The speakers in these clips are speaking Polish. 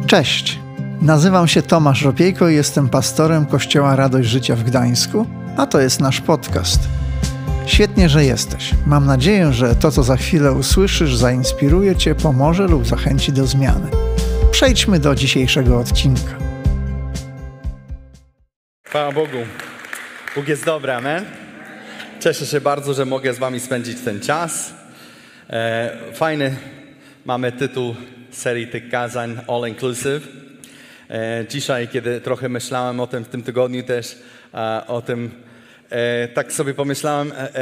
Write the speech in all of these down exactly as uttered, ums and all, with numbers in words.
Cześć, nazywam się Tomasz Ropiejko i jestem pastorem Kościoła Radość Życia w Gdańsku, a to jest nasz podcast. Świetnie, że jesteś. Mam nadzieję, że to, co za chwilę usłyszysz, zainspiruje Cię, pomoże lub zachęci do zmiany. Przejdźmy do dzisiejszego odcinka. Chwała Bogu. Bóg jest dobry, amen. Cieszę się bardzo, że mogę z Wami spędzić ten czas. E, fajny mamy tytuł serii tych kazań All Inclusive. E, dzisiaj, kiedy trochę myślałem o tym w tym tygodniu też, e, o tym, e, tak sobie pomyślałem, e,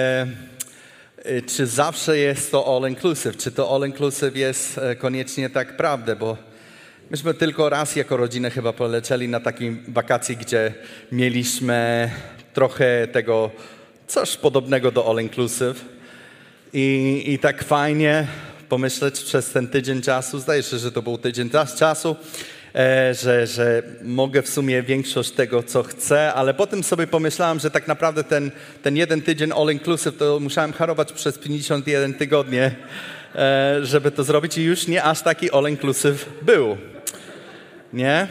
e, czy zawsze jest to All Inclusive, czy to All Inclusive jest e, koniecznie tak prawda, bo myśmy tylko raz jako rodzina chyba polecieli na takim wakacji, gdzie mieliśmy trochę tego, coś podobnego do All Inclusive i, i tak fajnie pomyśleć przez ten tydzień czasu, zdaje się, że to był tydzień czasu, e, że, że mogę w sumie większość tego, co chcę, ale potem sobie pomyślałem, że tak naprawdę ten, ten jeden tydzień All Inclusive to musiałem harować przez pięćdziesiąt jeden tygodnie, e, żeby to zrobić i już nie aż taki All Inclusive był. Nie?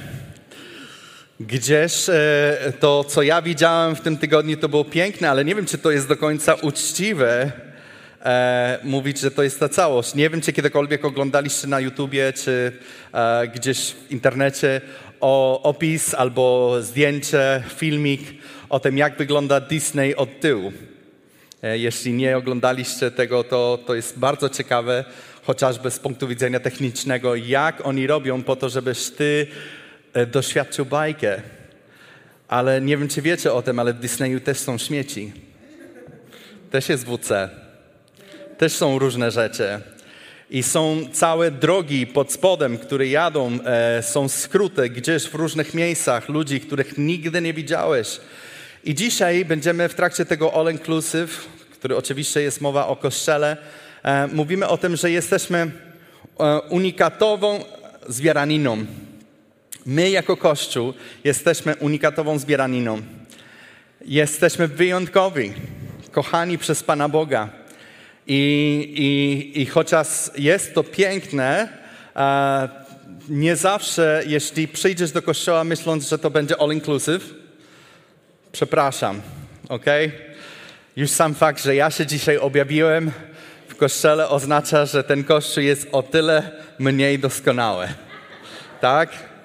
Gdzieś e, to, co ja widziałem w tym tygodniu, to było piękne, ale nie wiem, czy to jest do końca uczciwe e, mówić, że to jest ta całość. Nie wiem, czy kiedykolwiek oglądaliście na YouTubie, czy e, gdzieś w internecie o opis albo zdjęcie, filmik o tym, jak wygląda Disney od tyłu. E, jeśli nie oglądaliście tego, to, to jest bardzo ciekawe, chociażby z punktu widzenia technicznego, jak oni robią po to, żebyś ty doświadczył bajkę. Ale nie wiem, czy wiecie o tym, ale w Disneyu też są śmieci. Też jest W C. Też są różne rzeczy. I są całe drogi pod spodem, które jadą, e, są skróty gdzieś w różnych miejscach, ludzi, których nigdy nie widziałeś. I dzisiaj będziemy w trakcie tego All Inclusive, który oczywiście jest mowa o Kościele, e, mówimy o tym, że jesteśmy e, unikatową zbieraniną. My jako Kościół jesteśmy unikatową zbieraniną. Jesteśmy wyjątkowi, kochani przez Pana Boga. I, i, i chociaż jest to piękne, e, nie zawsze, jeśli przyjdziesz do Kościoła myśląc, że to będzie all inclusive, przepraszam, ok? Już sam fakt, że ja się dzisiaj objawiłem w Kościele oznacza, że ten Kościół jest o tyle mniej doskonały. Tak?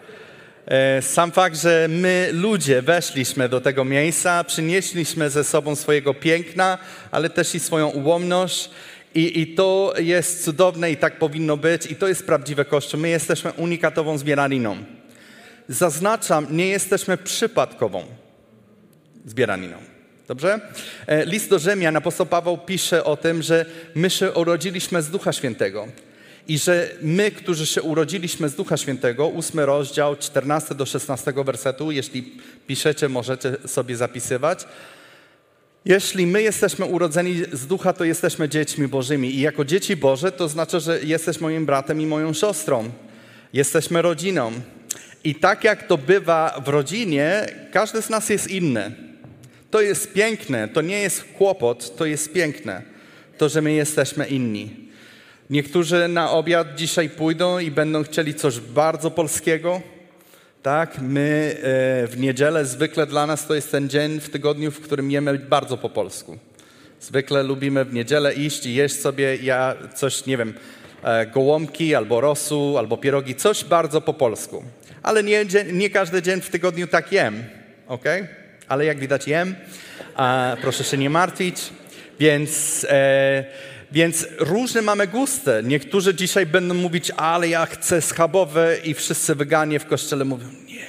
Sam fakt, że my ludzie weszliśmy do tego miejsca, przynieśliśmy ze sobą swojego piękna, ale też i swoją ułomność i, i to jest cudowne i tak powinno być i to jest prawdziwe Kościół. My jesteśmy unikatową zbieraniną. Zaznaczam, nie jesteśmy przypadkową zbieraniną. Dobrze? List do Rzymian, apostoł Paweł pisze o tym, że my się urodziliśmy z Ducha Świętego. I że my, którzy się urodziliśmy z Ducha Świętego, ósmy rozdział, czternasty do szesnastego wersetu, jeśli piszecie, możecie sobie zapisywać. Jeśli my jesteśmy urodzeni z Ducha, to jesteśmy dziećmi Bożymi. I jako dzieci Boże to znaczy, że jesteś moim bratem i moją siostrą. Jesteśmy rodziną. I tak jak to bywa w rodzinie, każdy z nas jest inny. To jest piękne, to nie jest kłopot, to jest piękne. To, że my jesteśmy inni. Niektórzy na obiad dzisiaj pójdą i będą chcieli coś bardzo polskiego. Tak, my e, w niedzielę zwykle dla nas to jest ten dzień w tygodniu, w którym jemy bardzo po polsku. Zwykle lubimy w niedzielę iść i jeść sobie ja coś, nie wiem, e, gołąbki albo rosół, albo pierogi, coś bardzo po polsku. Ale nie, nie każdy dzień w tygodniu tak jem, ok? Ale jak widać jem, a, proszę się nie martwić, więc... E, Więc różne mamy gusty. Niektórzy dzisiaj będą mówić, ale ja chcę schabowe i wszyscy weganie w kościele mówią, nie.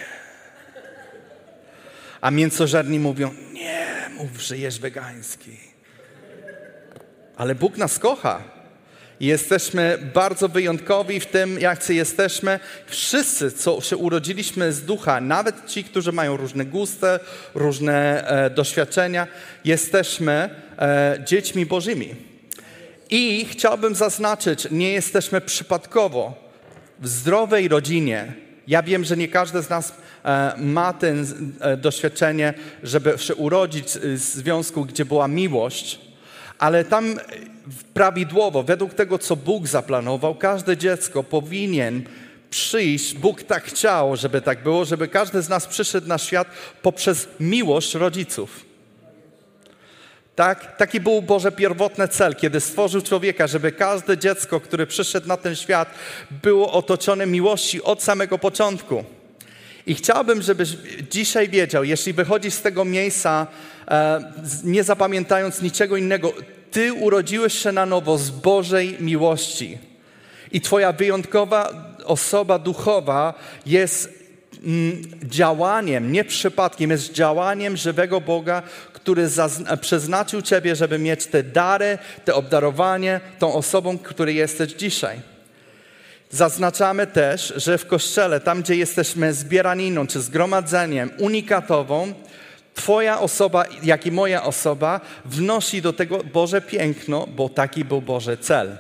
A mięsożerni mówią, nie, mów, że jesz wegański. Ale Bóg nas kocha. I jesteśmy bardzo wyjątkowi w tym, jacy jesteśmy. Wszyscy, co się urodziliśmy z Ducha, nawet ci, którzy mają różne gusty, różne e, doświadczenia, jesteśmy e, dziećmi Bożymi. I chciałbym zaznaczyć, nie jesteśmy przypadkowo w zdrowej rodzinie. Ja wiem, że nie każdy z nas e, ma to e, doświadczenie, żeby się urodzić w związku, gdzie była miłość, ale tam prawidłowo, według tego, co Bóg zaplanował, każde dziecko powinien przyjść, Bóg tak chciał, żeby tak było, żeby każdy z nas przyszedł na świat poprzez miłość rodziców. Tak? Taki był Boże pierwotny cel, kiedy stworzył człowieka, żeby każde dziecko, które przyszedł na ten świat, było otoczone miłości od samego początku. I chciałbym, żebyś dzisiaj wiedział, jeśli wychodzisz z tego miejsca, e, nie zapamiętając niczego innego, ty urodziłeś się na nowo z Bożej miłości. I twoja wyjątkowa osoba duchowa jest mm, działaniem, nie przypadkiem, jest działaniem żywego Boga, który zazn- przeznaczył ciebie, żeby mieć te dary, te obdarowanie tą osobą, której jesteś dzisiaj. Zaznaczamy też, że w Kościele, tam gdzie jesteśmy zbieraniną czy zgromadzeniem unikatową, twoja osoba, jak i moja osoba wnosi do tego Boże piękno, bo taki był Boży cel.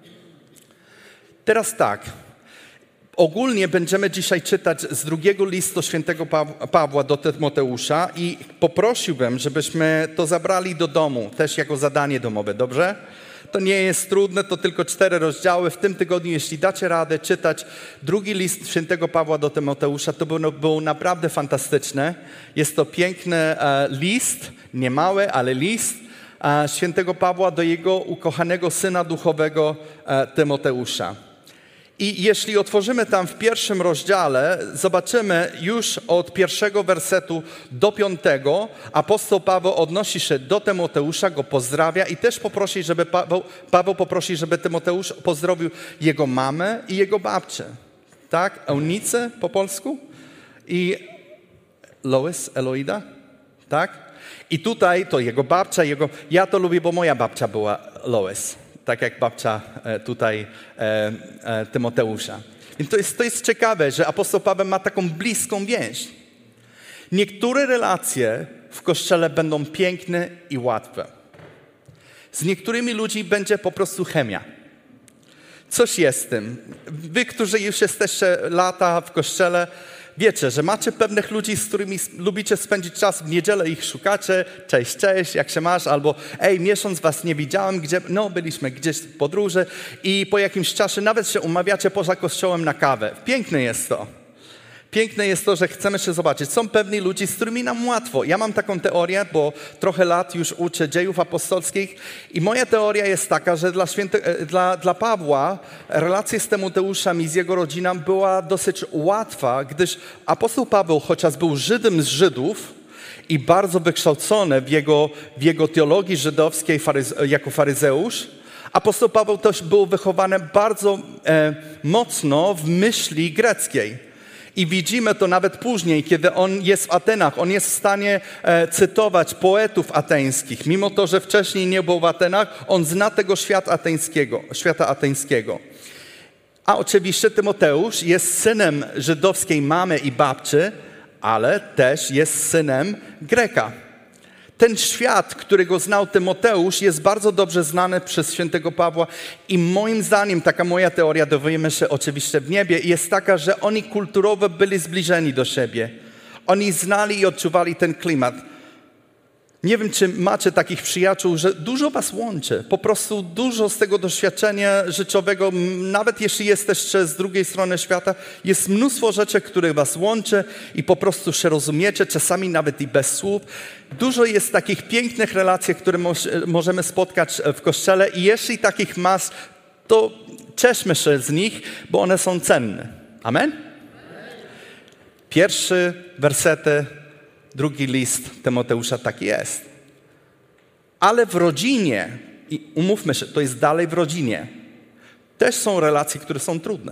Teraz tak, ogólnie będziemy dzisiaj czytać z drugiego listu świętego Pawła do Tymoteusza i poprosiłbym, żebyśmy to zabrali do domu, też jako zadanie domowe, dobrze? To nie jest trudne, to tylko cztery rozdziały. W tym tygodniu, jeśli dacie radę czytać drugi list świętego Pawła do Tymoteusza, to był, był naprawdę fantastyczne. Jest to piękny e, list, nie mały, ale list e, świętego Pawła do jego ukochanego syna duchowego e, Tymoteusza. I jeśli otworzymy tam w pierwszym rozdziale, zobaczymy już od pierwszego wersetu do piątego, apostoł Paweł odnosi się do Tymoteusza, go pozdrawia i też poprosi, żeby Paweł, Paweł poprosi, żeby Tymoteusz pozdrowił jego mamę i jego babcię. Tak? Eunicę po polsku i Lois, Eloida. Tak? I tutaj to jego babcia, jego... ja to lubię, bo moja babcia była Lois. Tak jak babcia tutaj e, e, Tymoteusza. Więc to jest, to jest ciekawe, że apostoł Paweł ma taką bliską więź. Niektóre relacje w Kościele będą piękne i łatwe. Z niektórymi ludźmi będzie po prostu chemia. Coś jest z tym. Wy, którzy już jesteście lata w Kościele, wiecie, że macie pewnych ludzi, z którymi lubicie spędzić czas, w niedzielę ich szukacie, cześć, cześć, jak się masz, albo ej, miesiąc was nie widziałem, gdzie, no byliśmy gdzieś w podróży i po jakimś czasie nawet się umawiacie poza kościołem na kawę. Piękne jest to. Piękne jest to, że chcemy się zobaczyć. Są pewni ludzie, z którymi nam łatwo. Ja mam taką teorię, bo trochę lat już uczę dziejów apostolskich i moja teoria jest taka, że dla, święte, dla, dla Pawła relacja z Tymoteuszem i z jego rodziną była dosyć łatwa, gdyż apostoł Paweł, chociaż był Żydem z Żydów i bardzo wykształcony w jego, w jego teologii żydowskiej faryze, jako faryzeusz, apostoł Paweł też był wychowany bardzo e, mocno w myśli greckiej. I widzimy to nawet później, kiedy on jest w Atenach. On jest w stanie e, cytować poetów ateńskich. Mimo to, że wcześniej nie był w Atenach, on zna tego świata ateńskiego. Świata ateńskiego. A oczywiście Tymoteusz jest synem żydowskiej mamy i babci, ale też jest synem Greka. Ten świat, którego znał Tymoteusz, jest bardzo dobrze znany przez świętego Pawła i moim zdaniem, taka moja teoria, dowiemy się oczywiście w niebie, jest taka, że oni kulturowo byli zbliżeni do siebie. Oni znali i odczuwali ten klimat. Nie wiem, czy macie takich przyjaciół, że dużo was łączy. Po prostu dużo z tego doświadczenia życiowego, nawet jeśli jesteście z drugiej strony świata, jest mnóstwo rzeczy, które was łączy i po prostu się rozumiecie, czasami nawet i bez słów. Dużo jest takich pięknych relacji, które możemy spotkać w Kościele i jeśli takich masz, to cieszmy się z nich, bo one są cenne. Amen? Pierwszy wersety. Drugi list Tymoteusza taki jest. Ale w rodzinie, i umówmy się, to jest dalej w rodzinie, też są relacje, które są trudne.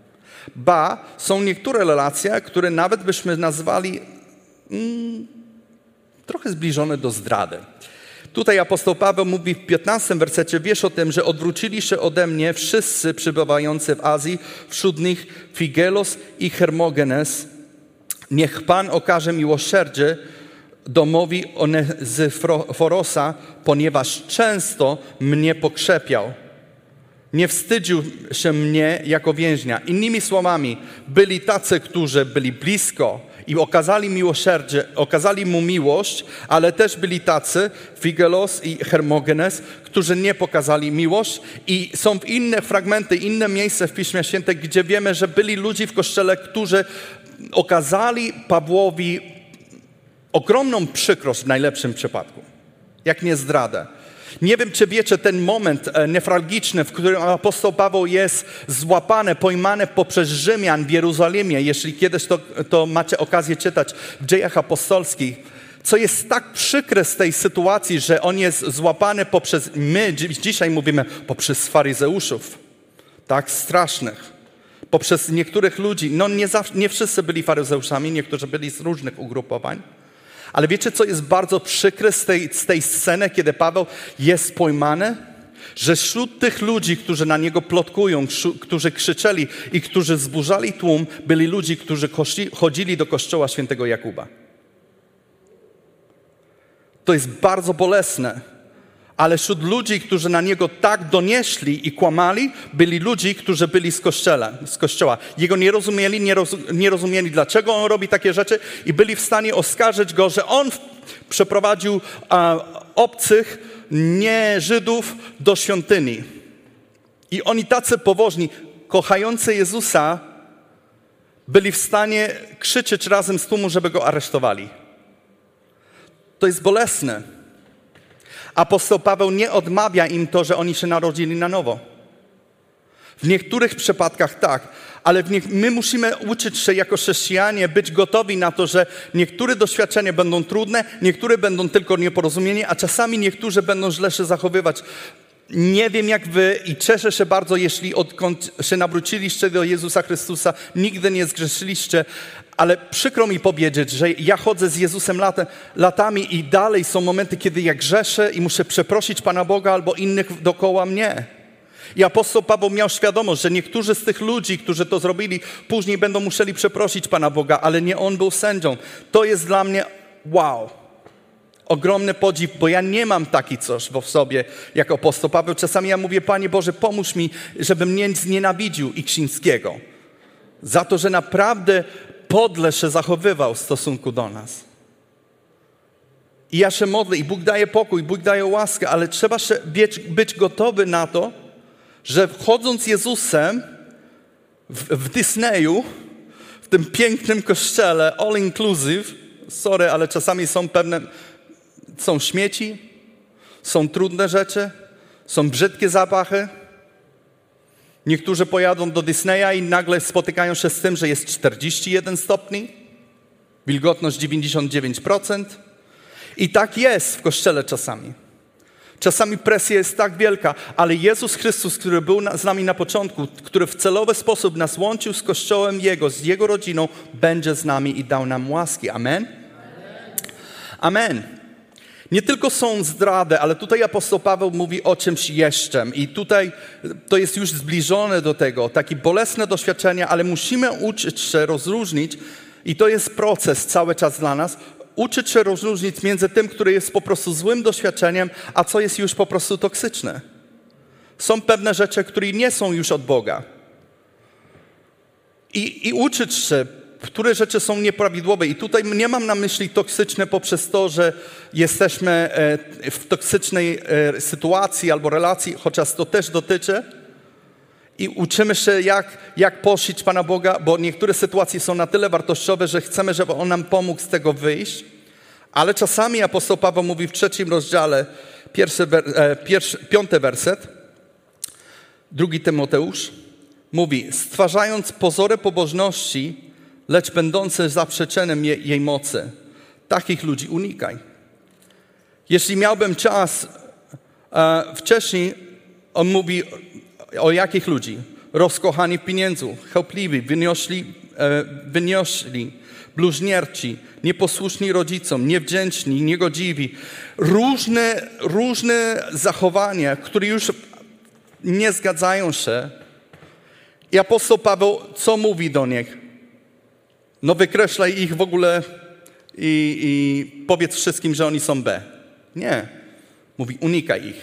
Ba, są niektóre relacje, które nawet byśmy nazwali mm, trochę zbliżone do zdrady. Tutaj apostoł Paweł mówi w piętnastym wersecie, wiesz o tym, że odwrócili się ode mnie wszyscy przybywający w Azji, wśród nich Figelos i Hermogenes. Niech Pan okaże miłosierdzie domowi Onezyforosa, ponieważ często mnie pokrzepiał. Nie wstydził się mnie jako więźnia. Innymi słowami, byli tacy, którzy byli blisko i okazali miłosierdzie, okazali mu miłość, ale też byli tacy, Figelos i Hermogenes, którzy nie pokazali miłość i są inne fragmenty, inne miejsca w Piśmie Świętym, gdzie wiemy, że byli ludzie w Kościele, którzy okazali Pawłowi ogromną przykrość w najlepszym przypadku, jak nie zdradę. Nie wiem, czy wiecie, ten moment newralgiczny, w którym apostoł Paweł jest złapany, pojmany poprzez Rzymian w Jerozolimie, jeśli kiedyś to, to macie okazję czytać w Dziejach Apostolskich, co jest tak przykre z tej sytuacji, że on jest złapany poprzez, my dzisiaj mówimy, poprzez faryzeuszów, tak, strasznych, poprzez niektórych ludzi. No nie, zawsze, nie wszyscy byli faryzeuszami, niektórzy byli z różnych ugrupowań. Ale wiecie, co jest bardzo przykre z tej, z tej sceny, kiedy Paweł jest pojmany? Że wśród tych ludzi, którzy na niego plotkują, którzy krzyczeli i którzy zburzali tłum, byli ludzie, którzy chodzili do kościoła świętego Jakuba. To jest bardzo bolesne. Ale wśród ludzi, którzy na niego tak donieśli i kłamali, byli ludzie, którzy byli z kościoła. Z kościoła. Jego nie rozumieli, nie, roz, nie rozumieli, dlaczego on robi takie rzeczy i byli w stanie oskarżyć go, że on przeprowadził a, obcych, nie Żydów, do świątyni. I oni tacy pobożni, kochający Jezusa, byli w stanie krzyczeć razem z tłumu, żeby go aresztowali. To jest bolesne. Apostoł Paweł nie odmawia im to, że oni się narodzili na nowo. W niektórych przypadkach tak, ale w nie, my musimy uczyć się jako chrześcijanie, być gotowi na to, że niektóre doświadczenia będą trudne, niektóre będą tylko nieporozumienie, a czasami niektórzy będą źle się zachowywać. Nie wiem jak wy i cieszę się bardzo, jeśli odkąd się nawróciliście do Jezusa Chrystusa, nigdy nie zgrzeszyliście, ale przykro mi powiedzieć, że ja chodzę z Jezusem lat, latami i dalej są momenty, kiedy ja grzeszę i muszę przeprosić Pana Boga albo innych dookoła mnie. I apostoł Paweł miał świadomość, że niektórzy z tych ludzi, którzy to zrobili, później będą musieli przeprosić Pana Boga, ale nie on był sędzią. To jest dla mnie wow. Ogromny podziw, bo ja nie mam taki coś w sobie jak apostoł Paweł. Czasami ja mówię, Panie Boże, pomóż mi, żebym nie znienawidził Iksińskiego. Za to, że naprawdę podle się zachowywał w stosunku do nas. I ja się modlę i Bóg daje pokój, Bóg daje łaskę, ale trzeba się być, być gotowy na to, że wchodząc Jezusem w, w Disneyu, w tym pięknym kościele, all inclusive, sorry, ale czasami są pewne, są śmieci, są trudne rzeczy, są brzydkie zapachy. Niektórzy pojadą do Disneya i nagle spotykają się z tym, że jest czterdzieści jeden stopni, wilgotność dziewięćdziesiąt dziewięć procent. I tak jest w Kościele czasami. Czasami presja jest tak wielka, ale Jezus Chrystus, który był z nami na początku, który w celowy sposób nas łączył z Kościołem Jego, z Jego rodziną, będzie z nami i dał nam łaski. Amen? Amen. Nie tylko są zdrady, ale tutaj apostoł Paweł mówi o czymś jeszcze. I tutaj to jest już zbliżone do tego, takie bolesne doświadczenia, ale musimy uczyć się rozróżnić, i to jest proces cały czas dla nas, uczyć się rozróżnić między tym, który jest po prostu złym doświadczeniem, a co jest już po prostu toksyczne. Są pewne rzeczy, które nie są już od Boga. I, i uczyć się, które rzeczy są nieprawidłowe. I tutaj nie mam na myśli toksyczne poprzez to, że jesteśmy w toksycznej sytuacji albo relacji, chociaż to też dotyczy. I uczymy się, jak, jak prosić Pana Boga, bo niektóre sytuacje są na tyle wartościowe, że chcemy, żeby On nam pomógł z tego wyjść. Ale czasami apostoł Paweł mówi w trzecim rozdziale, pierwszy, pierwszy, piąty werset, drugi Tymoteusz, mówi, stwarzając pozory pobożności, lecz będące zaprzeczeniem jej, jej mocy. Takich ludzi unikaj. Jeśli miałbym czas, e, wcześniej on mówi o jakich ludzi? Rozkochani w pieniędzy, chełpliwi, wyniośli, e, wyniośli, bluźnierci, nieposłuszni rodzicom, niewdzięczni, niegodziwi. Różne, różne zachowania, które już nie zgadzają się. I apostoł Paweł co mówi do nich? No wykreślaj ich w ogóle i, i powiedz wszystkim, że oni są B. Nie. Mówi unikaj ich.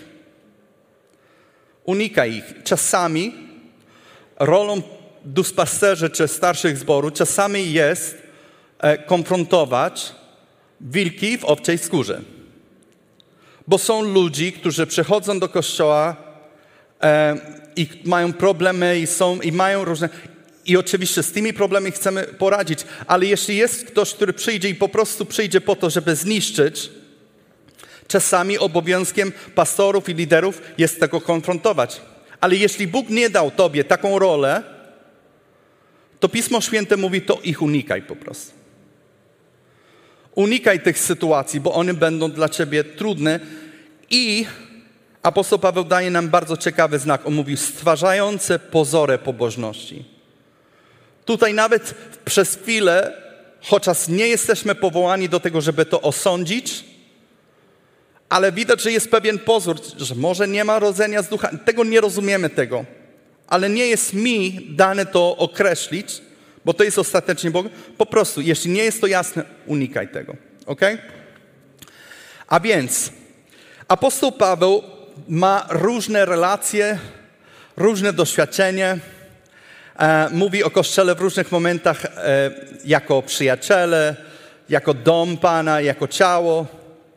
Unikaj ich. Czasami rolą duszpasterzy czy starszych zboru czasami jest e, konfrontować wilki w owczej skórze. Bo są ludzi, którzy przychodzą do kościoła e, i mają problemy i, są, i mają różne... I oczywiście z tymi problemami chcemy poradzić, ale jeśli jest ktoś, który przyjdzie i po prostu przyjdzie po to, żeby zniszczyć, czasami obowiązkiem pastorów i liderów jest tego konfrontować. Ale jeśli Bóg nie dał tobie taką rolę, to Pismo Święte mówi, to ich unikaj po prostu. Unikaj tych sytuacji, bo one będą dla ciebie trudne. I apostoł Paweł daje nam bardzo ciekawy znak. On mówi, stwarzające pozory pobożności. Tutaj nawet przez chwilę, chociaż nie jesteśmy powołani do tego, żeby to osądzić, ale widać, że jest pewien pozór, że może nie ma rodzenia z ducha. Tego nie rozumiemy tego. Ale nie jest mi dane to określić, bo to jest ostatecznie Bóg. Po prostu, jeśli nie jest to jasne, unikaj tego. Ok? A więc apostoł Paweł ma różne relacje, różne doświadczenie. E, mówi o Kościele w różnych momentach e, jako przyjaciele, jako dom Pana, jako ciało.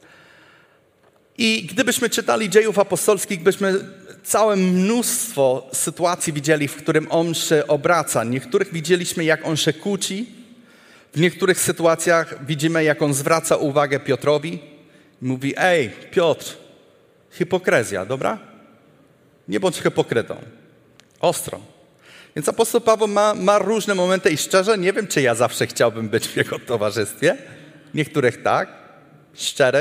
I gdybyśmy czytali Dziejów Apostolskich, byśmy całe mnóstwo sytuacji widzieli, w którym on się obraca. Niektórych widzieliśmy, jak on się kłóci. W niektórych sytuacjach widzimy, jak on zwraca uwagę Piotrowi. Mówi, ej, Piotr, hipokryzja, dobra? Nie bądź hipokrytą. Ostro. Więc apostoł Paweł ma, ma różne momenty i szczerze nie wiem, czy ja zawsze chciałbym być w jego towarzystwie. Niektórych tak, szczery.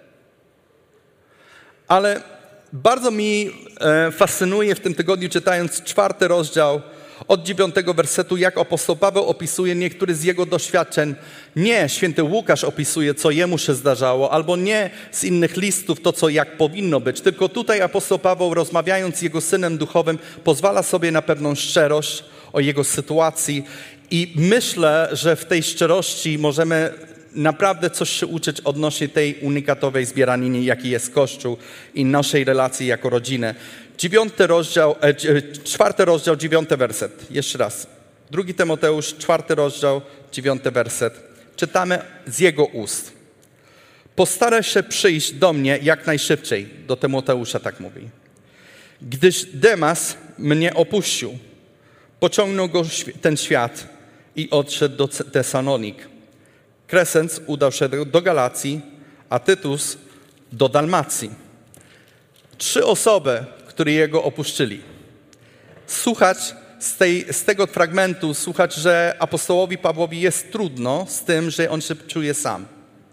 Ale bardzo mi e, fascynuje w tym tygodniu, czytając czwarty rozdział od dziewiątego wersetu, jak apostoł Paweł opisuje niektóre z jego doświadczeń. Nie święty Łukasz opisuje, co jemu się zdarzało, albo nie z innych listów to, co jak powinno być. Tylko tutaj apostoł Paweł, rozmawiając z jego synem duchowym, pozwala sobie na pewną szczerość o jego sytuacji. I myślę, że w tej szczerości możemy naprawdę coś się uczyć odnośnie tej unikatowej zbieraniny, jaki jest Kościół i naszej relacji jako rodziny. Dziewiąty rozdział, e, czwarty rozdział, dziewiąty werset. Jeszcze raz. Drugi Tymoteusz, czwarty rozdział, dziewiąty werset. Czytamy z jego ust. Postaraj się przyjść do mnie jak najszybciej. Do Tymoteusza tak mówi. Gdyż Demas mnie opuścił. Pociągnął go ten świat i odszedł do Tesalonik. Kresens udał się do Galacji, a Tytus do Dalmacji. Trzy osoby, które jego opuszczyli. Słuchać z, tej, z tego fragmentu, słuchać, że apostołowi Pawłowi jest trudno z tym, że on się czuje sam.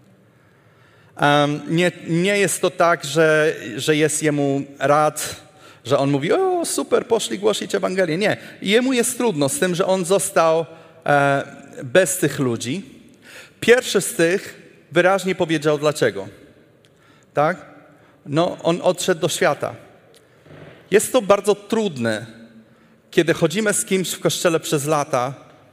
Um, nie, nie jest to tak, że, że jest jemu rad, że on mówi, o super, poszli głosić Ewangelię. Nie, jemu jest trudno z tym, że on został e, bez tych ludzi. Pierwszy z tych wyraźnie powiedział dlaczego. Tak? No, on odszedł do świata. Jest to bardzo trudne, kiedy chodzimy z kimś w kościele przez lata.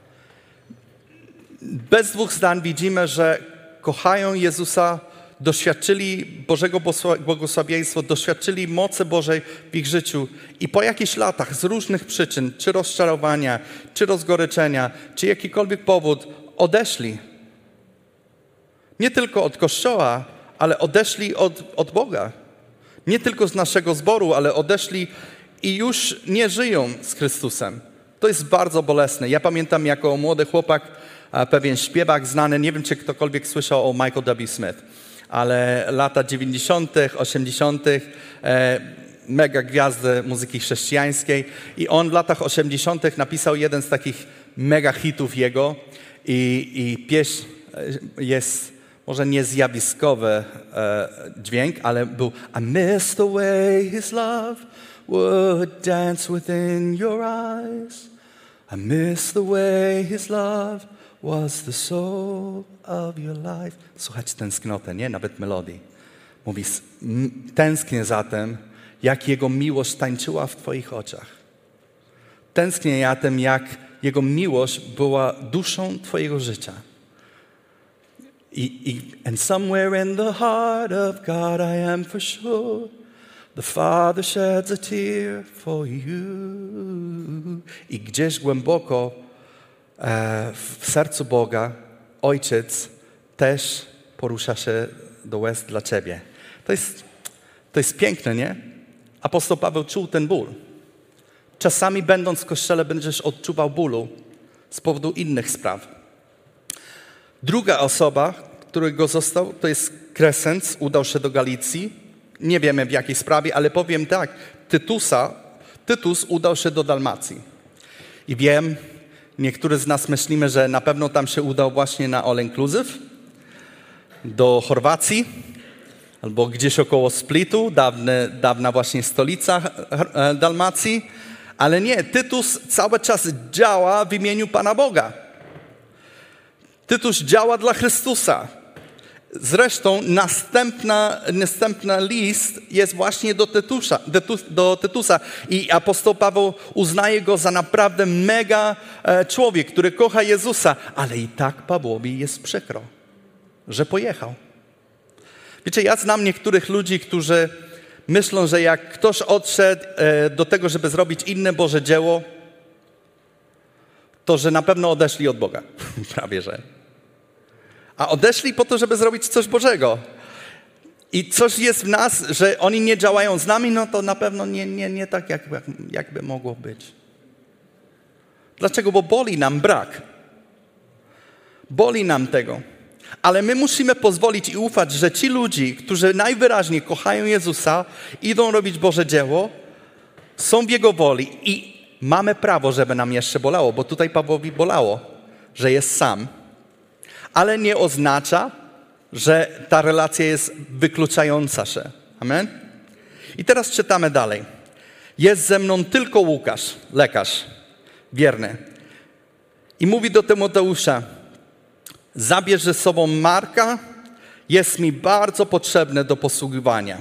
Bez dwóch zdań widzimy, że kochają Jezusa, doświadczyli Bożego błogosławieństwa, doświadczyli mocy Bożej w ich życiu i po jakichś latach z różnych przyczyn, czy rozczarowania, czy rozgoryczenia, czy jakikolwiek powód, odeszli. Nie tylko od Kościoła, ale odeszli od, od Boga. Nie tylko z naszego zboru, ale odeszli i już nie żyją z Chrystusem. To jest bardzo bolesne. Ja pamiętam jako młody chłopak, pewien śpiewak znany, nie wiem, czy ktokolwiek słyszał o Michael W. Smith, ale lata dziewięćdziesiątych, osiemdziesiątych, e, mega gwiazdy muzyki chrześcijańskiej i on w latach osiemdziesiątych napisał jeden z takich mega hitów jego i, i pieśń jest może nie zjawiskowy e, dźwięk, ale był I miss the way his love would dance within your eyes. I miss the way his love was the soul of your life. Słuchajcie tęsknotę, nie? Nawet melodii. Mówi, tęsknię za tym, jak jego miłość tańczyła w twoich oczach. Tęsknię za tym, jak jego miłość była duszą twojego życia. I, i, and somewhere in the heart of God I am for sure the Father sheds a tear for you. I gdzieś głęboko e, w sercu Boga Ojciec też porusza się do łez dla ciebie. To jest, to jest piękne, nie? Apostoł Paweł czuł ten ból. Czasami będąc w kościele będziesz odczuwał bólu z powodu innych spraw. Druga osoba, którego został, to jest Kresens, udał się do Galicji. Nie wiemy w jakiej sprawie, ale powiem tak, Tytusa, Tytus udał się do Dalmacji. I wiem, niektórzy z nas myślimy, że na pewno tam się udał właśnie na all inclusive, do Chorwacji, albo gdzieś około Splitu, dawne, dawna właśnie stolica Dalmacji. Ale nie, Tytus cały czas działa w imieniu Pana Boga. Tytus działa dla Chrystusa. Zresztą następna, następny list jest właśnie do Tytusa, do Tytusa. I apostoł Paweł uznaje go za naprawdę mega człowiek, który kocha Jezusa. Ale i tak Pawłowi jest przykro, że pojechał. Wiecie, ja znam niektórych ludzi, którzy myślą, że jak ktoś odszedł do tego, żeby zrobić inne Boże dzieło, to że na pewno odeszli od Boga. Prawie że. A odeszli po to, żeby zrobić coś Bożego. I coś jest w nas, że oni nie działają z nami, no to na pewno nie, nie, nie tak, jak, jakby mogło być. Dlaczego? Bo boli nam brak. Boli nam tego. Ale my musimy pozwolić i ufać, że ci ludzie, którzy najwyraźniej kochają Jezusa, idą robić Boże dzieło, są w Jego woli i mamy prawo, żeby nam jeszcze bolało, bo tutaj Pawłowi bolało, że jest sam. Ale nie oznacza, że ta relacja jest wykluczająca się. Amen? I teraz czytamy dalej. Jest ze mną tylko Łukasz, lekarz, wierny. I mówi do Tymoteusza, zabierz ze sobą Marka, jest mi bardzo potrzebny do posługiwania.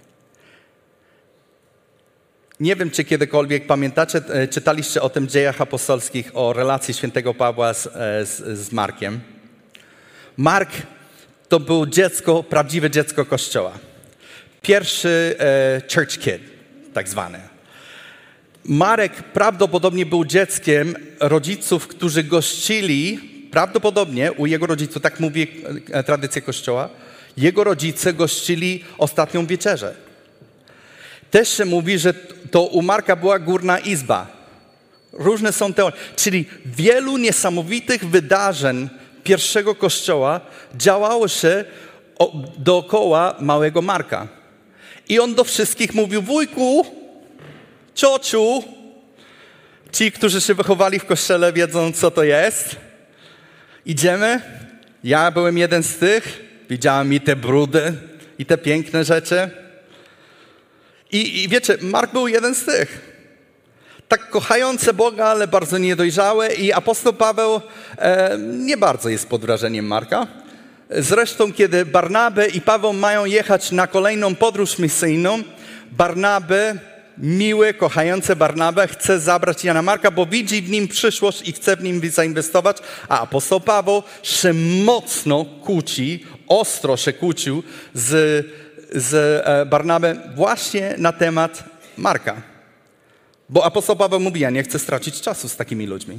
Nie wiem, czy kiedykolwiek pamiętacie, czytaliście o tym w Dziejach Apostolskich, o relacji świętego Pawła z, z, z Markiem. Mark to był dziecko, prawdziwe dziecko Kościoła. Pierwszy e, church kid, tak zwany. Marek prawdopodobnie był dzieckiem rodziców, którzy gościli, prawdopodobnie u jego rodziców, tak mówi tradycja Kościoła, jego rodzice gościli ostatnią wieczerzę. Też się mówi, że to u Marka była górna izba. Różne są teorie. Czyli wielu niesamowitych wydarzeń pierwszego Kościoła działało się dookoła małego Marka. I on do wszystkich mówił, wujku, ciociu. Ci, którzy się wychowali w Kościele, wiedzą, co to jest. Idziemy. Ja byłem jeden z tych. Widziałem i te brudy, i te piękne rzeczy. I, i wiecie, Mark był jeden z tych. Tak kochający Boga, ale bardzo niedojrzały. I apostoł Paweł e, nie bardzo jest pod wrażeniem Marka. Zresztą, kiedy Barnaby i Paweł mają jechać na kolejną podróż misyjną, Barnaby, miły, kochający Barnabę, chce zabrać Jana Marka, bo widzi w nim przyszłość i chce w nim zainwestować. A apostoł Paweł się mocno kłóci, ostro się kłócił z, z Barnabem właśnie na temat Marka. Bo apostoł Paweł mówi, ja nie chcę stracić czasu z takimi ludźmi.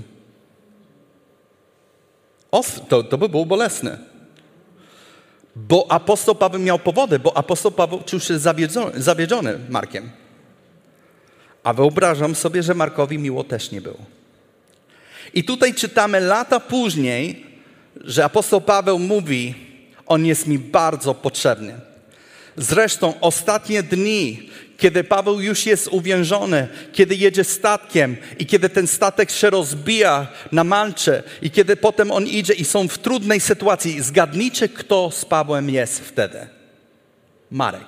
Ostro, to, to by było bolesne. Bo apostoł Paweł miał powody, bo apostoł Paweł czuł się zawiedziony, zawiedziony Markiem. A wyobrażam sobie, że Markowi miło też nie było. I tutaj czytamy lata później, że apostoł Paweł mówi, on jest mi bardzo potrzebny. Zresztą ostatnie dni, kiedy Paweł już jest uwięziony, kiedy jedzie statkiem i kiedy ten statek się rozbija na Malcie i kiedy potem on idzie i są w trudnej sytuacji, zgadnijcie, kto z Pawłem jest wtedy. Marek.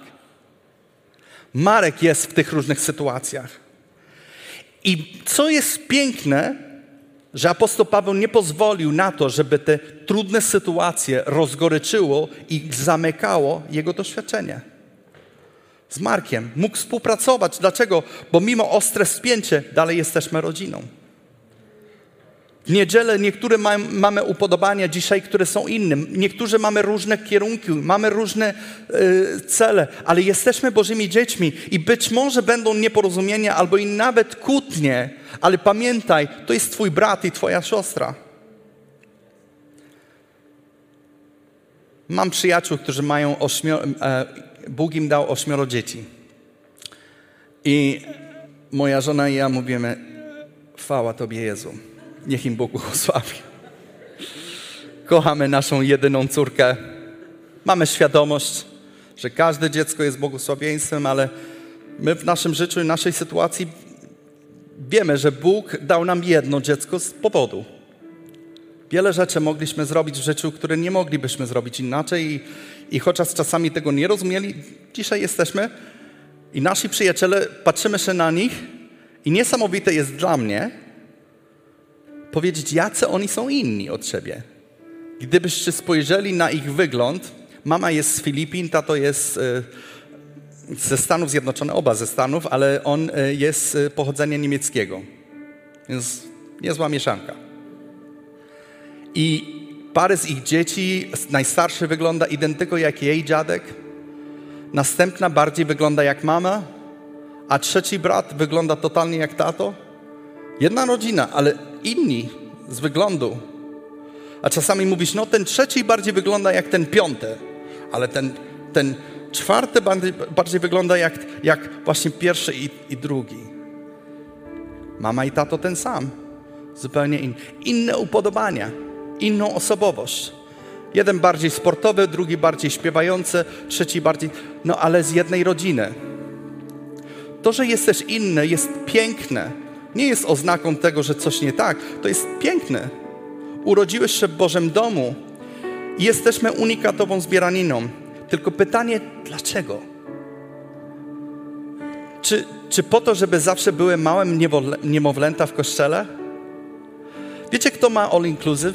Marek jest w tych różnych sytuacjach. I co jest piękne, że apostoł Paweł nie pozwolił na to, żeby te trudne sytuacje rozgoryczyło i zamykało jego doświadczenie. Z Markiem mógł współpracować. Dlaczego? Bo mimo ostre spięcie dalej jesteśmy rodziną. W niedzielę niektóre ma, mamy upodobania dzisiaj, które są inne. Niektórzy mamy różne kierunki, mamy różne y, cele, ale jesteśmy Bożymi dziećmi i być może będą nieporozumienia albo i nawet kłótnie, ale pamiętaj, to jest twój brat i twoja siostra. Mam przyjaciół, którzy mają ośmioro, e, Bóg im dał ośmioro dzieci. I moja żona i ja mówimy, chwała Tobie, Jezu. Niech im Bóg błogosławi. Kochamy naszą jedyną córkę. Mamy świadomość, że każde dziecko jest błogosławieństwem, ale my w naszym życiu i naszej sytuacji wiemy, że Bóg dał nam jedno dziecko z powodu. Wiele rzeczy mogliśmy zrobić w życiu, które nie moglibyśmy zrobić inaczej i, i chociaż czasami tego nie rozumieli, dzisiaj jesteśmy i nasi przyjaciele, patrzymy się na nich i niesamowite jest dla mnie powiedzieć, jacy oni są inni od siebie. Gdybyście spojrzeli na ich wygląd, mama jest z Filipin, tato jest y, ze Stanów Zjednoczonych, oba ze Stanów, ale on y, jest z pochodzenia niemieckiego. Więc niezła mieszanka. I parę z ich dzieci, najstarszy wygląda identyko jak jej dziadek, następna bardziej wygląda jak mama, a trzeci brat wygląda totalnie jak tato. Jedna rodzina, ale inni z wyglądu. A czasami mówisz, no ten trzeci bardziej wygląda jak ten piąty, ale ten, ten czwarty bardziej, bardziej wygląda jak, jak właśnie pierwszy i, i drugi. Mama i tato ten sam, zupełnie inny. Inne upodobania, inną osobowość. Jeden bardziej sportowy, drugi bardziej śpiewający, trzeci bardziej, no ale z jednej rodziny. To, że jesteś inny, jest piękne. Nie jest oznaką tego, że coś nie tak. To jest piękne. Urodziłeś się w Bożym domu i jesteśmy unikatową zbieraniną. Tylko pytanie, dlaczego? Czy, czy po to, żeby zawsze były małe niemowlęta w kościele? Wiecie, kto ma all inclusive?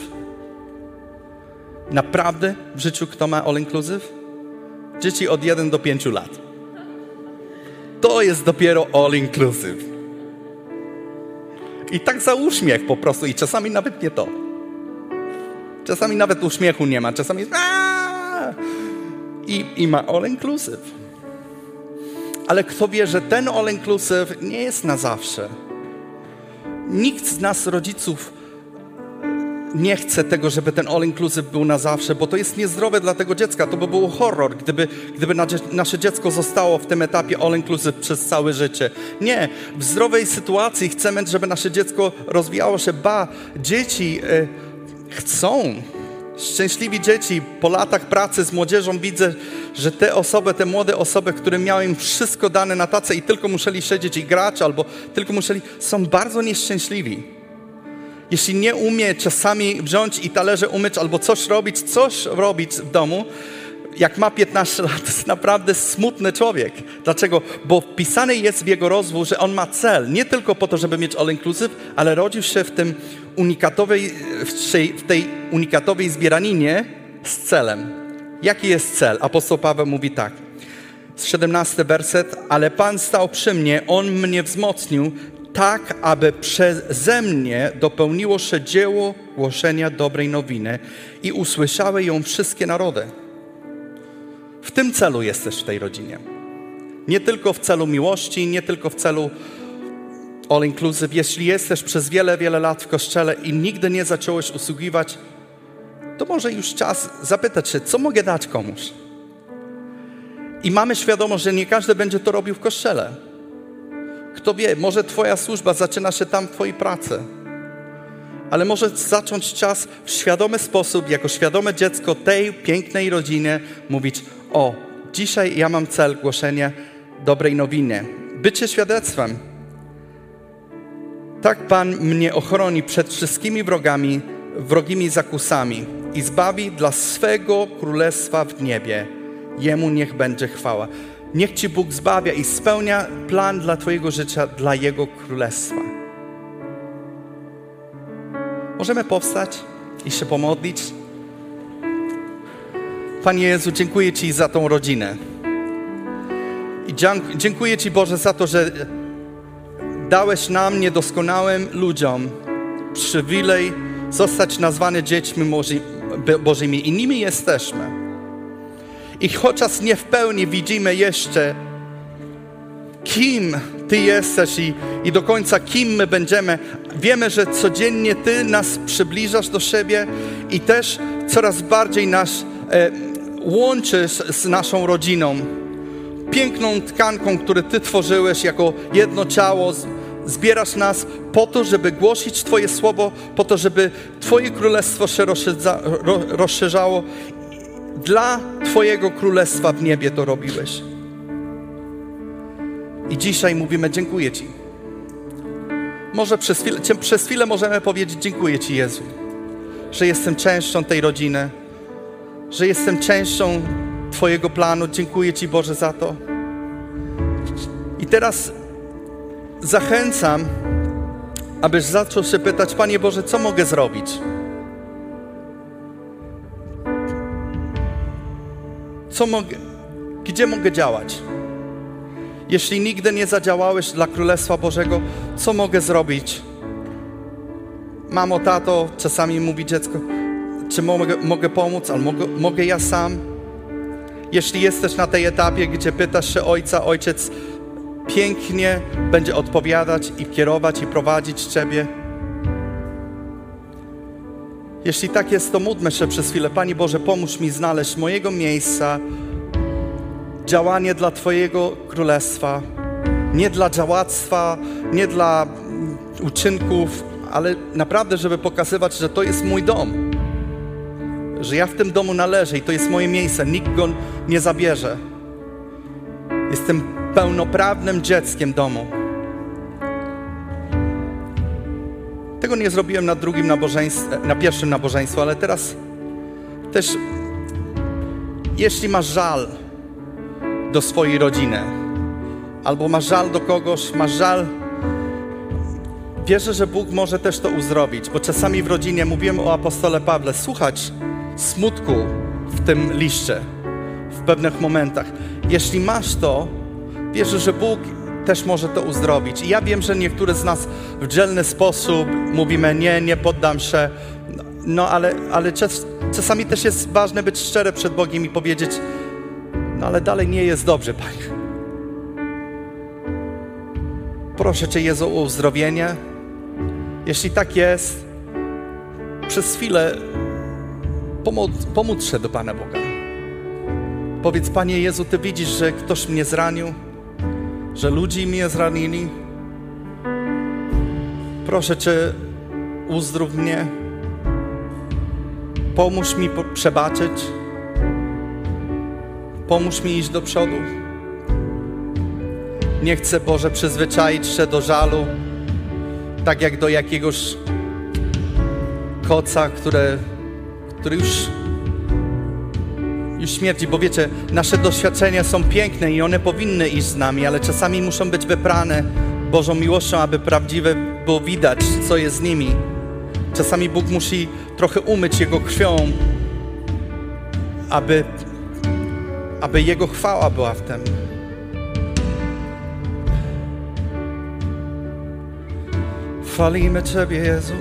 Naprawdę w życiu kto ma all inclusive? Dzieci od jeden do pięciu lat. To jest dopiero all inclusive. I tak za uśmiech po prostu. I czasami nawet nie to. Czasami nawet uśmiechu nie ma. Czasami jest I, i ma all inclusive. Ale kto wie, że ten all inclusive nie jest na zawsze. Nikt z nas, rodziców, nie chce tego, żeby ten all inclusive był na zawsze, bo to jest niezdrowe dla tego dziecka. To by był horror, gdyby, gdyby nasze dziecko zostało w tym etapie all inclusive przez całe życie. Nie. W zdrowej sytuacji chcemy, żeby nasze dziecko rozwijało się. Ba, dzieci y, chcą. Szczęśliwi dzieci, po latach pracy z młodzieżą widzę, że te osoby, te młode osoby, które miały im wszystko dane na tacę i tylko musieli siedzieć i grać, albo tylko musieli, są bardzo nieszczęśliwi. Jeśli nie umie czasami wziąć i talerze umyć albo coś robić, coś robić w domu, jak ma piętnaście lat, to jest naprawdę smutny człowiek. Dlaczego? Bo wpisane jest w jego rozwój, że on ma cel. Nie tylko po to, żeby mieć all inclusive, ale rodził się w tym unikatowej, w tej unikatowej zbieraninie z celem. Jaki jest cel? Apostoł Paweł mówi tak. siedemnasty werset. Ale Pan stał przy mnie, On mnie wzmocnił, tak, aby przeze mnie dopełniło się dzieło głoszenia dobrej nowiny i usłyszały ją wszystkie narody. W tym celu jesteś w tej rodzinie. Nie tylko w celu miłości, nie tylko w celu all inclusive. Jeśli jesteś przez wiele, wiele lat w kościele i nigdy nie zacząłeś usługiwać, to może już czas zapytać się, co mogę dać komuś. I mamy świadomość, że nie każdy będzie to robił w kościele. Kto wie, może twoja służba zaczyna się tam w twojej pracy. Ale może zacząć czas w świadomy sposób, jako świadome dziecko tej pięknej rodziny mówić, o, dzisiaj ja mam cel głoszenia dobrej nowiny. Bycie świadectwem. Tak Pan mnie ochroni przed wszystkimi wrogami, wrogimi zakusami i zbawi dla swego królestwa w niebie. Jemu niech będzie chwała. Niech Ci Bóg zbawia i spełnia plan dla Twojego życia, dla Jego królestwa. Możemy powstać i się pomodlić. Panie Jezu, dziękuję Ci za tą rodzinę. I dziękuję Ci, Boże, za to, że dałeś nam, niedoskonałym ludziom, przywilej zostać nazwany dziećmi Bożymi i nimi jesteśmy. I chociaż nie w pełni widzimy jeszcze, kim Ty jesteś i, i do końca kim my będziemy, wiemy, że codziennie Ty nas przybliżasz do siebie i też coraz bardziej nas e, łączysz z naszą rodziną, piękną tkanką, którą Ty tworzyłeś jako jedno ciało. Zbierasz nas po to, żeby głosić Twoje słowo, po to, żeby Twoje królestwo się rozszerzało. Dla Twojego królestwa w niebie to robiłeś. I dzisiaj mówimy dziękuję Ci. Może przez chwilę, przez chwilę możemy powiedzieć dziękuję Ci, Jezu, że jestem częścią tej rodziny, że jestem częścią Twojego planu. Dziękuję Ci, Boże, za to. I teraz zachęcam, abyś zaczął się pytać, Panie Boże, co mogę zrobić? Co mogę, gdzie mogę działać? Jeśli nigdy nie zadziałałeś dla Królestwa Bożego, co mogę zrobić? Mamo, tato, czasami mówi dziecko, czy mogę, mogę pomóc, ale mogę, mogę ja sam? Jeśli jesteś na tej etapie, gdzie pytasz się ojca, ojciec pięknie będzie odpowiadać i kierować i prowadzić Ciebie. Jeśli tak jest, to módlmy się przez chwilę. Panie Boże, pomóż mi znaleźć mojego miejsca, działanie dla Twojego Królestwa, nie dla działactwa, nie dla uczynków, ale naprawdę, żeby pokazywać, że to jest mój dom, że ja w tym domu należę i to jest moje miejsce, nikt go nie zabierze. Jestem pełnoprawnym dzieckiem domu. Tego nie zrobiłem na drugim nabożeństwie, na pierwszym nabożeństwie, ale teraz też, jeśli masz żal do swojej rodziny, albo masz żal do kogoś, masz żal, wierzę, że Bóg może też to uzdrowić, bo czasami w rodzinie, mówiłem o apostole Pawle, słuchać smutku w tym liście, w pewnych momentach. Jeśli masz to, wierzę, że Bóg też może to uzdrowić. I ja wiem, że niektórzy z nas w dzielny sposób mówimy, nie, nie poddam się, no ale, ale czas, czasami też jest ważne być szczery przed Bogiem i powiedzieć, no ale dalej nie jest dobrze, Panie. Proszę Cię, Jezu, o uzdrowienie. Jeśli tak jest, przez chwilę pomóc, pomóc się do Pana Boga. Powiedz, Panie Jezu, Ty widzisz, że ktoś mnie zranił, że ludzi mnie zranili. Proszę Cię, uzdrów mnie. Pomóż mi przebaczyć. Pomóż mi iść do przodu. Nie chcę, Boże, przyzwyczaić się do żalu, tak jak do jakiegoś koca, które, który już, już śmierdzi. Bo wiecie, nasze doświadczenia są piękne i one powinny iść z nami, ale czasami muszą być wyprane Bożą miłością, aby prawdziwe było widać, co jest z nimi. Czasami Bóg musi trochę umyć Jego krwią, aby, aby Jego chwała była w tym. Chwalimy Ciebie, Jezu.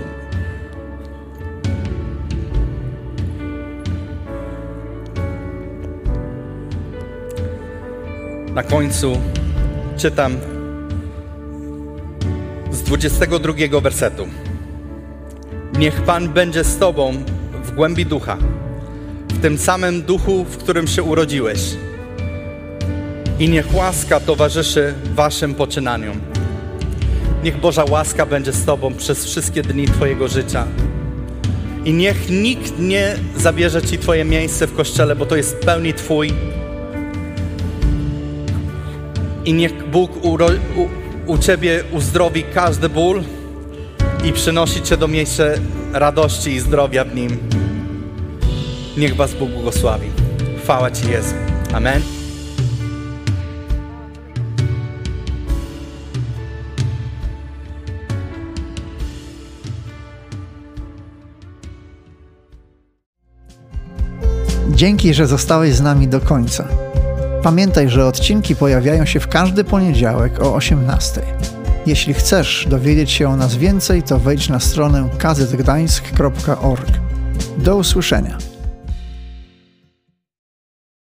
Na końcu czytam z dwudziestego drugiego wersetu. Niech Pan będzie z Tobą w głębi ducha, w tym samym duchu, w którym się urodziłeś. I niech łaska towarzyszy Waszym poczynaniom. Niech Boża łaska będzie z Tobą przez wszystkie dni Twojego życia. I niech nikt nie zabierze Ci Twoje miejsce w Kościele, bo to jest w pełni Twój. I niech Bóg u, u, u Ciebie uzdrowi każdy ból i przynosi Cię do miejsca radości i zdrowia w Nim. Niech Was Bóg błogosławi. Chwała Ci, Jezu. Amen. Dzięki, że zostałeś z nami do końca. Pamiętaj, że odcinki pojawiają się w każdy poniedziałek o osiemnastej. Jeśli chcesz dowiedzieć się o nas więcej, to wejdź na stronę kazetgdańsk kropka org. Do usłyszenia.